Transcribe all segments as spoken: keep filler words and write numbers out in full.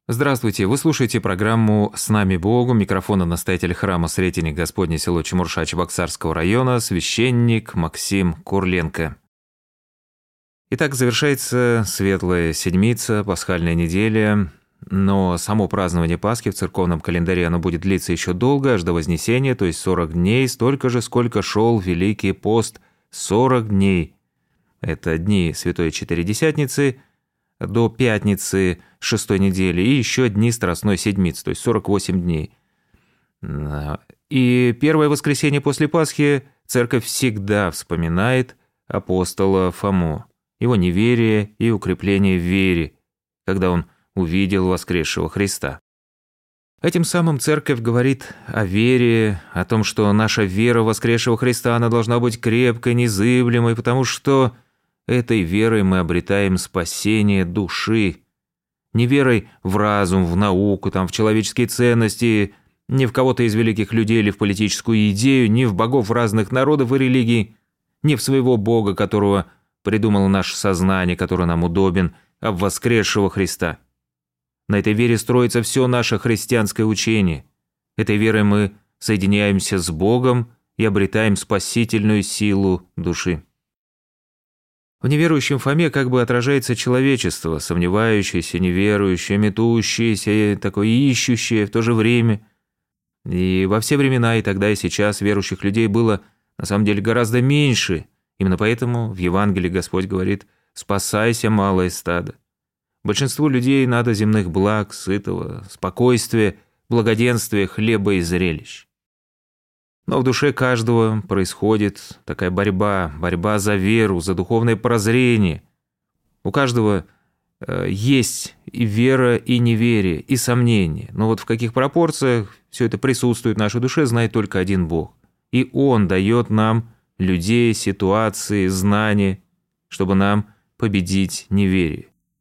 Здравствуйте, вы слушаете программу «С нами Богу», микрофона настоятель храма Сретенник Господне, село Чемурша Чебоксарского района, священник Максим Курленко. Итак, завершается Светлая Седмица, пасхальная неделя, но само празднование Пасхи в церковном календаре оно будет длиться еще долго, аж до Вознесения, то есть сорок дней, столько же, сколько шел Великий пост, сорок дней. Это дни Святой Четыредесятницы до Пятницы шестой недели и еще дни Страстной Седмицы, то есть сорок восемь дней. И первое воскресенье после Пасхи церковь всегда вспоминает апостола Фому, его неверие и укрепление в вере, когда он увидел воскресшего Христа. Этим самым церковь говорит о вере, о том, что наша вера в воскресшего Христа, она должна быть крепкой, незыблемой, потому что этой верой мы обретаем спасение души. Не верой в разум, в науку, там, в человеческие ценности, не в кого-то из великих людей или в политическую идею, не в богов разных народов и религий, не в своего Бога, которого придумало наше сознание, который нам удобен, а в воскресшего Христа. На этой вере строится все наше христианское учение. Этой верой мы соединяемся с Богом и обретаем спасительную силу души. В неверующем Фоме как бы отражается человечество, сомневающееся, неверующее, метущееся, такое ищущее в то же время. И во все времена, и тогда, и сейчас верующих людей было на самом деле гораздо меньше. Именно поэтому в Евангелии Господь говорит «спасайся, малое стадо». Большинству людей надо земных благ, сытого, спокойствия, благоденствия, хлеба и зрелищ. Но в душе каждого происходит такая борьба, борьба за веру, за духовное прозрение. У каждого э, есть и вера, и неверие, и сомнение. Но вот в каких пропорциях все это присутствует в нашей душе, знает только один Бог. И Он дает нам людей, ситуации, знания, чтобы нам победить неверие.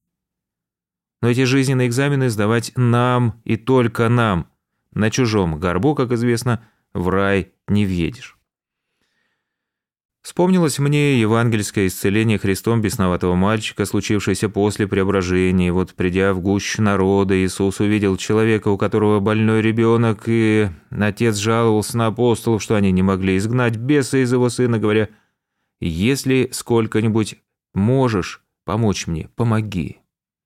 Но эти жизненные экзамены сдавать нам и только нам. На чужом горбу, как известно, в рай не въедешь. Вспомнилось мне евангельское исцеление Христом бесноватого мальчика, случившееся после преображения. Вот, придя в гущу народа, Иисус увидел человека, у которого больной ребенок, и отец жаловался на апостолов, что они не могли изгнать беса из его сына, говоря: «Если сколько-нибудь можешь помочь мне, помоги».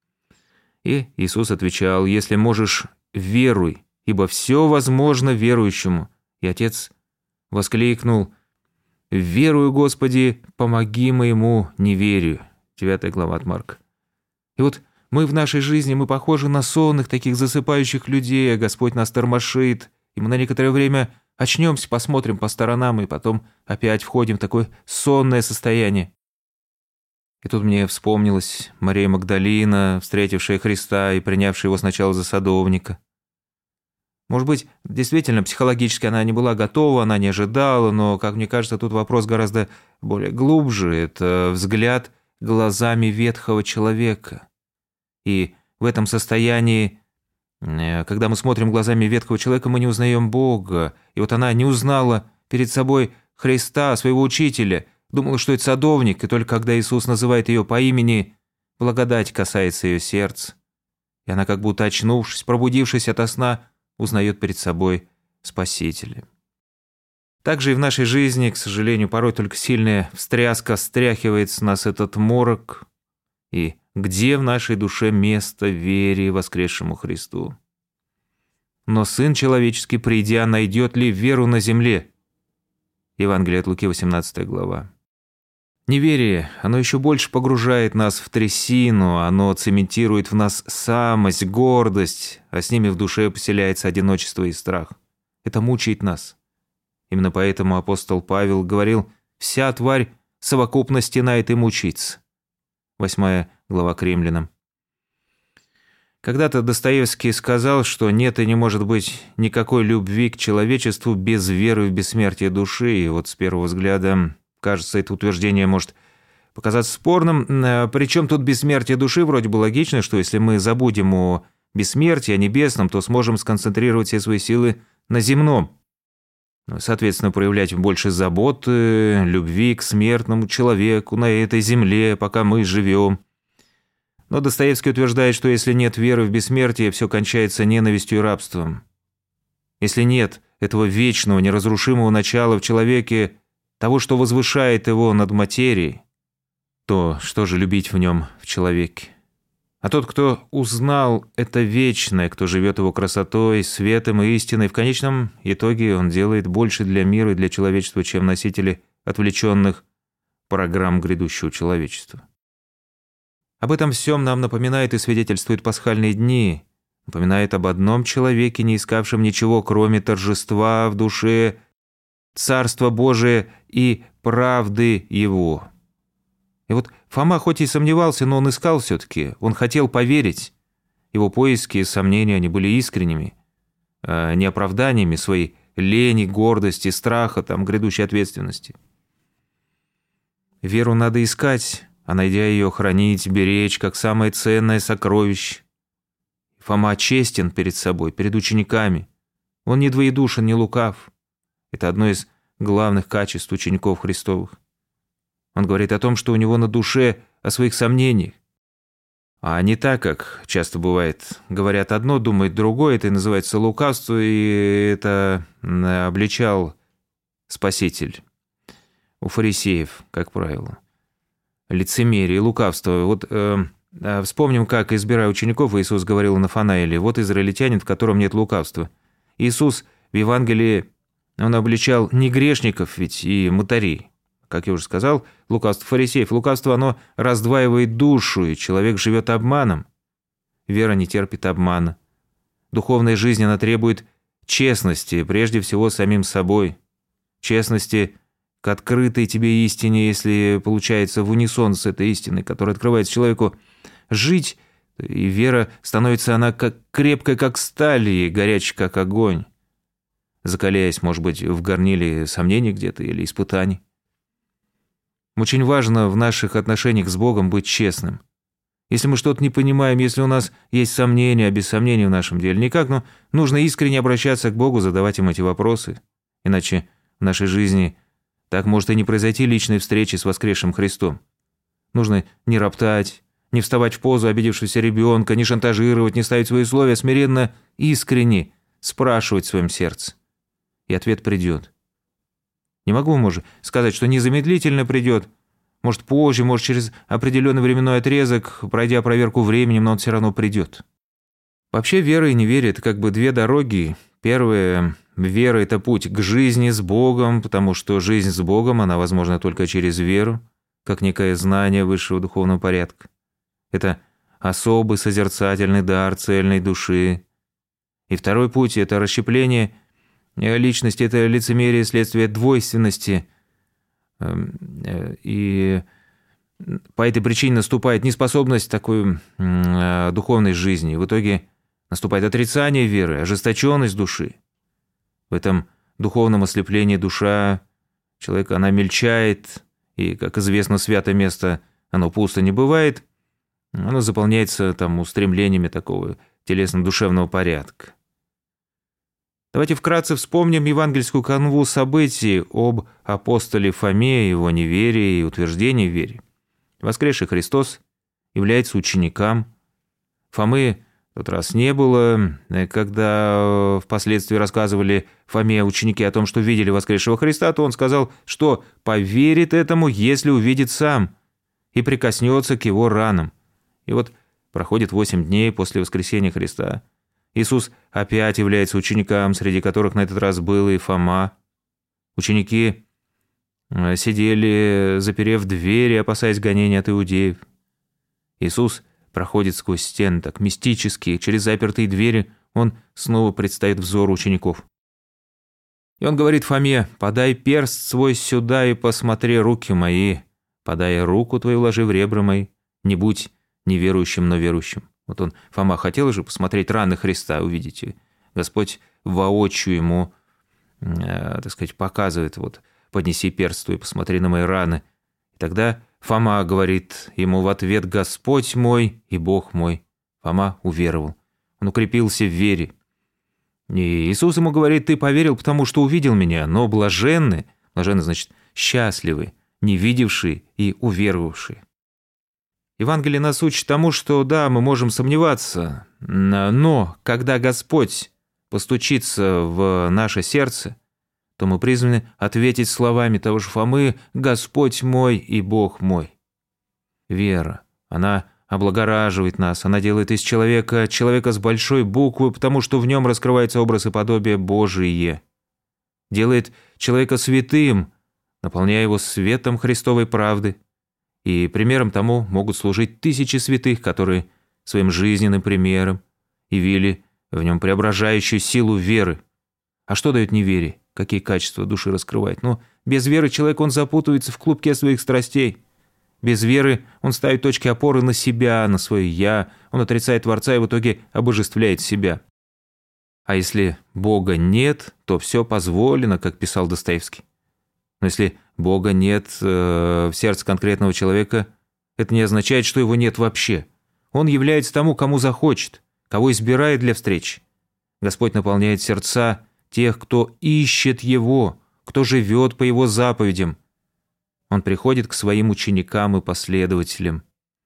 И Иисус отвечал: «Если можешь, веруй, ибо все возможно верующему». И отец воскликнул: «Верую, Господи, помоги моему неверию». девятая глава от Марка. И вот мы в нашей жизни, мы похожи на сонных, таких засыпающих людей, а Господь нас тормошит, и мы на некоторое время очнемся, посмотрим по сторонам, и потом опять входим в такое сонное состояние. И тут мне вспомнилась Мария Магдалина, встретившая Христа и принявшая его сначала за садовника. Может быть, действительно, психологически она не была готова, она не ожидала, но, как мне кажется, тут вопрос гораздо более глубже. Это взгляд глазами ветхого человека. И в этом состоянии, когда мы смотрим глазами ветхого человека, мы не узнаем Бога. И вот она не узнала перед собой Христа, своего учителя, думала, что это садовник, и только когда Иисус называет ее по имени, благодать касается ее сердца. И она, как будто очнувшись, пробудившись ото сна, узнает перед собой Спасителя. Также и в нашей жизни, к сожалению, порой только сильная встряска стряхивает с нас этот морок. И где в нашей душе место вере воскресшему Христу? Но Сын Человеческий, придя, найдет ли веру на земле? Евангелие от Луки, восемнадцатая глава. Неверие, оно еще больше погружает нас в трясину, оно цементирует в нас самость, гордость, а с ними в душе поселяется одиночество и страх. Это мучает нас. Именно поэтому апостол Павел говорил: «Вся тварь совокупно стенает и мучится». Восьмая глава к Римлянам. Когда-то Достоевский сказал, что нет и не может быть никакой любви к человечеству без веры в бессмертие души, и вот с первого взгляда кажется, это утверждение может показаться спорным. Причем тут бессмертие души? Вроде бы логично, что если мы забудем о бессмертии, о небесном, то сможем сконцентрировать все свои силы на земном. Соответственно, проявлять больше заботы, любви к смертному человеку на этой земле, пока мы живем. Но Достоевский утверждает, что если нет веры в бессмертие, все кончается ненавистью и рабством. Если нет этого вечного, неразрушимого начала в человеке, того, что возвышает его над материей, то что же любить в нем, в человеке? А тот, кто узнал это вечное, кто живет его красотой, светом и истиной, в конечном итоге он делает больше для мира и для человечества, чем носители отвлеченных программ грядущего человечества. Об этом всем нам напоминает и свидетельствуют пасхальные дни, напоминает об одном человеке, не искавшем ничего, кроме торжества в душе, Царства Божие и правды Его. И вот Фома хоть и сомневался, но он искал все-таки, он хотел поверить. Его поиски и сомнения, они были искренними, а не оправданиями своей лени, гордости, страха, там, грядущей ответственности. Веру надо искать, а найдя ее, хранить, беречь, как самое ценное сокровище. Фома честен перед собой, перед учениками. Он не двоедушен, не лукав. Это одно из главных качеств учеников Христовых. Он говорит о том, что у него на душе, о своих сомнениях. А не так, как часто бывает. Говорят одно, думают другое, это и называется лукавство, и это обличал Спаситель у фарисеев, как правило. Лицемерие, лукавство. Вот э, вспомним, как, избирая учеников, Иисус говорил на Нафанаиле: «Вот израильтянин, в котором нет лукавства». Иисус в Евангелии, он обличал не грешников ведь и мытарей. Как я уже сказал, лукавство фарисеев. Лукавство, оно раздваивает душу, и человек живет обманом. Вера не терпит обмана. Духовная жизнь, она требует честности, прежде всего самим собой. Честности к открытой тебе истине, если получается в унисон с этой истиной, которая открывается человеку. Жить, и вера становится она как крепкая, как сталь, и горячая, как огонь. Закаляясь, может быть, в горниле сомнений где-то или испытаний. Очень важно в наших отношениях с Богом быть честным. Если мы что-то не понимаем, если у нас есть сомнения, без сомнений в нашем деле, никак, но нужно искренне обращаться к Богу, задавать им эти вопросы. Иначе в нашей жизни так может и не произойти личной встречи с воскресшим Христом. Нужно не роптать, не вставать в позу обидевшегося ребенка, не шантажировать, не ставить свои условия, смиренно, искренне спрашивать в своем сердце. И ответ придет. Не могу, может, сказать, что незамедлительно придет. Может, позже, может, через определенный временной отрезок, пройдя проверку временем, но он все равно придет. Вообще, вера и неверие – это как бы две дороги. Первая – вера – это путь к жизни с Богом, потому что жизнь с Богом, она возможна только через веру, как некое знание высшего духовного порядка. Это особый созерцательный дар цельной души. И второй путь – это расщепление личности, это лицемерие, следствие двойственности. И по этой причине наступает неспособность такой духовной жизни. В итоге наступает отрицание веры, ожесточенность души. В этом духовном ослеплении душа человека, она мельчает, и, как известно, святое место, оно пусто не бывает, оно заполняется там устремлениями такого телесно-душевного порядка. Давайте вкратце вспомним евангельскую канву событий об апостоле Фоме, его неверии и утверждении в вере. Воскресший Христос является ученикам. Фомы в тот раз не было. Когда впоследствии рассказывали Фоме ученики о том, что видели воскресшего Христа, то он сказал, что поверит этому, если увидит сам, и прикоснется к его ранам. И вот проходит восемь дней после воскресения Христа. Иисус опять является ученикам, среди которых на этот раз был и Фома. Ученики сидели, заперев двери, опасаясь гонения от иудеев. Иисус проходит сквозь стены так мистически, через запертые двери он снова предстает взору учеников. И он говорит Фоме: «Подай перст свой сюда и посмотри руки мои, подай руку твою, ложи в ребра мои, не будь неверующим, но верующим». Вот он, Фома, хотел же посмотреть раны Христа, увидите. Господь воочию ему, э, так сказать, показывает, вот, поднеси перст твой, посмотри на мои раны. И тогда Фома говорит ему в ответ: «Господь мой и Бог мой». Фома уверовал, он укрепился в вере. И Иисус ему говорит: «Ты поверил, потому что увидел меня, но блаженны», блаженны значит счастливы, не видевшие и уверовавшие. Евангелие нас учит тому, что да, мы можем сомневаться, но когда Господь постучится в наше сердце, то мы призваны ответить словами того же Фомы: «Господь мой и Бог мой». Вера, она облагораживает нас, она делает из человека человека с большой буквы, потому что в нем раскрывается образ и подобие Божие. Делает человека святым, наполняя его светом Христовой правды. И примером тому могут служить тысячи святых, которые своим жизненным примером явили в нем преображающую силу веры. А что дает неверие? Какие качества души раскрывает? Ну, без веры человек, он запутывается в клубке своих страстей. Без веры он ставит точки опоры на себя, на свое «я», он отрицает Творца и в итоге обожествляет себя. А если Бога нет, то все позволено, как писал Достоевский. Но если Бога нет э, в сердце конкретного человека, это не означает, что его нет вообще. Он является тому, кому захочет, кого избирает для встреч. Господь наполняет сердца тех, кто ищет Его, кто живет по Его заповедям. Он приходит к своим ученикам и последователям.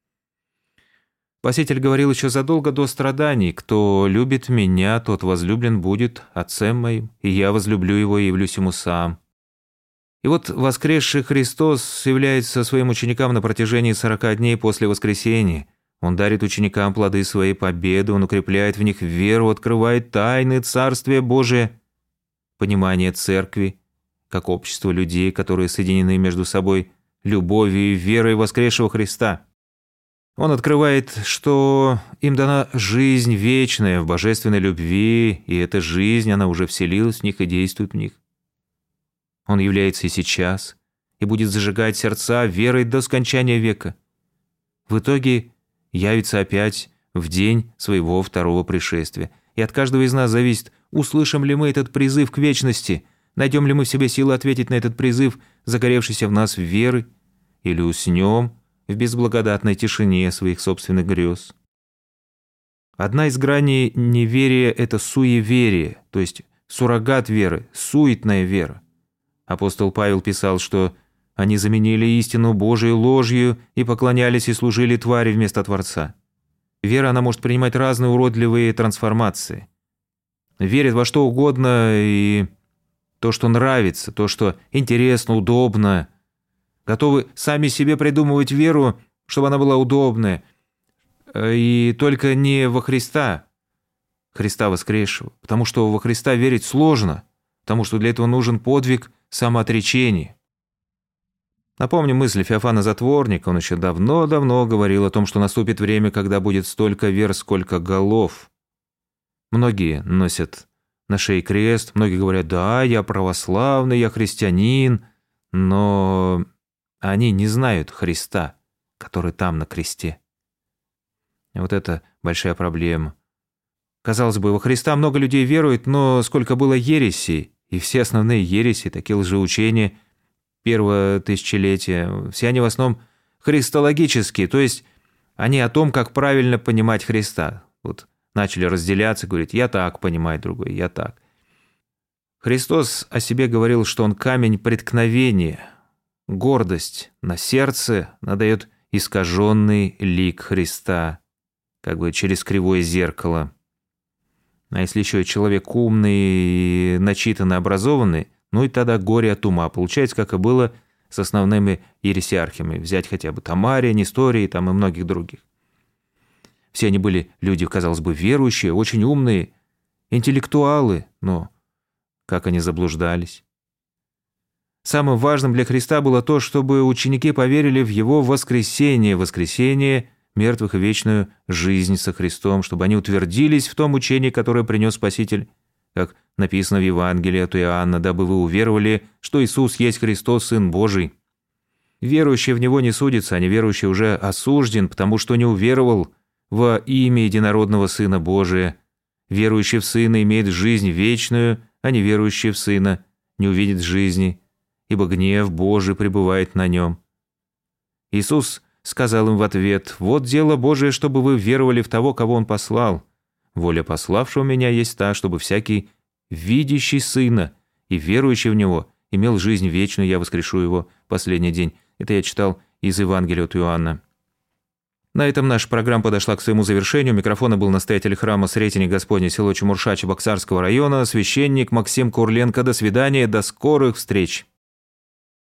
Спаситель говорил еще задолго до страданий: «Кто любит Меня, тот возлюблен будет Отцем Моим, и Я возлюблю его и явлюсь ему сам». И вот воскресший Христос является своим ученикам на протяжении сорока дней после воскресения. Он дарит ученикам плоды своей победы, Он укрепляет в них веру, открывает тайны Царствия Божия, понимание Церкви, как общество людей, которые соединены между собой любовью и верой воскресшего Христа. Он открывает, что им дана жизнь вечная в божественной любви, и эта жизнь, она уже вселилась в них и действует в них. Он является и сейчас, и будет зажигать сердца верой до скончания века. В итоге явится опять в день своего второго пришествия. И от каждого из нас зависит, услышим ли мы этот призыв к вечности, найдем ли мы в себе силы ответить на этот призыв, загоревшийся в нас веры, или уснем в безблагодатной тишине своих собственных грез. Одна из граней неверия – это суеверие, то есть суррогат веры, суетная вера. Апостол Павел писал, что они заменили истину Божию ложью и поклонялись и служили твари вместо Творца. Вера, она может принимать разные уродливые трансформации. Верит во что угодно, и то, что нравится, то, что интересно, удобно. Готовы сами себе придумывать веру, чтобы она была удобная. И только не во Христа, Христа воскресшего. Потому что во Христа верить сложно, потому что для этого нужен подвиг самоотречения. Напомню мысли Феофана Затворника, он еще давно-давно говорил о том, что наступит время, когда будет столько вер, сколько голов. Многие носят на шее крест, многие говорят: «Да, я православный, я христианин», но они не знают Христа, который там на кресте. И вот это большая проблема. Казалось бы, во Христа много людей верует, но сколько было ересей, и все основные ереси, такие лжеучения первого тысячелетия, все они в основном христологические, то есть они о том, как правильно понимать Христа. Вот начали разделяться, говорить: «Я так понимаю», другой: «Я так». Христос о себе говорил, что Он камень преткновения, гордость на сердце надает искаженный лик Христа, как бы через кривое зеркало. А если еще и человек умный, начитанный, образованный, ну и тогда горе от ума. Получается, как и было с основными ересиархами. Взять хотя бы Тамария, Нестория там, и многих других. Все они были люди, казалось бы, верующие, очень умные, интеллектуалы, но как они заблуждались. Самым важным для Христа было то, чтобы ученики поверили в Его воскресение, воскресение мертвых и вечную жизнь со Христом, чтобы они утвердились в том учении, которое принес Спаситель, как написано в Евангелии от Иоанна: «Дабы вы уверовали, что Иисус есть Христос, Сын Божий». Верующий в Него не судится, а неверующий уже осужден, потому что не уверовал во имя единородного Сына Божия. Верующий в Сына имеет жизнь вечную, а неверующий в Сына не увидит жизни, ибо гнев Божий пребывает на нем. Иисус сказал им в ответ: «Вот дело Божие, чтобы вы веровали в того, кого Он послал. Воля пославшего Меня есть та, чтобы всякий, видящий Сына и верующий в Него, имел жизнь вечную, я воскрешу его в последний день». Это я читал из Евангелия от Иоанна. На этом наша программа подошла к своему завершению. У микрофона был настоятель храма Сретения Господня, село Чемурша Чебоксарского района, священник Максим Курленко. До свидания, до скорых встреч.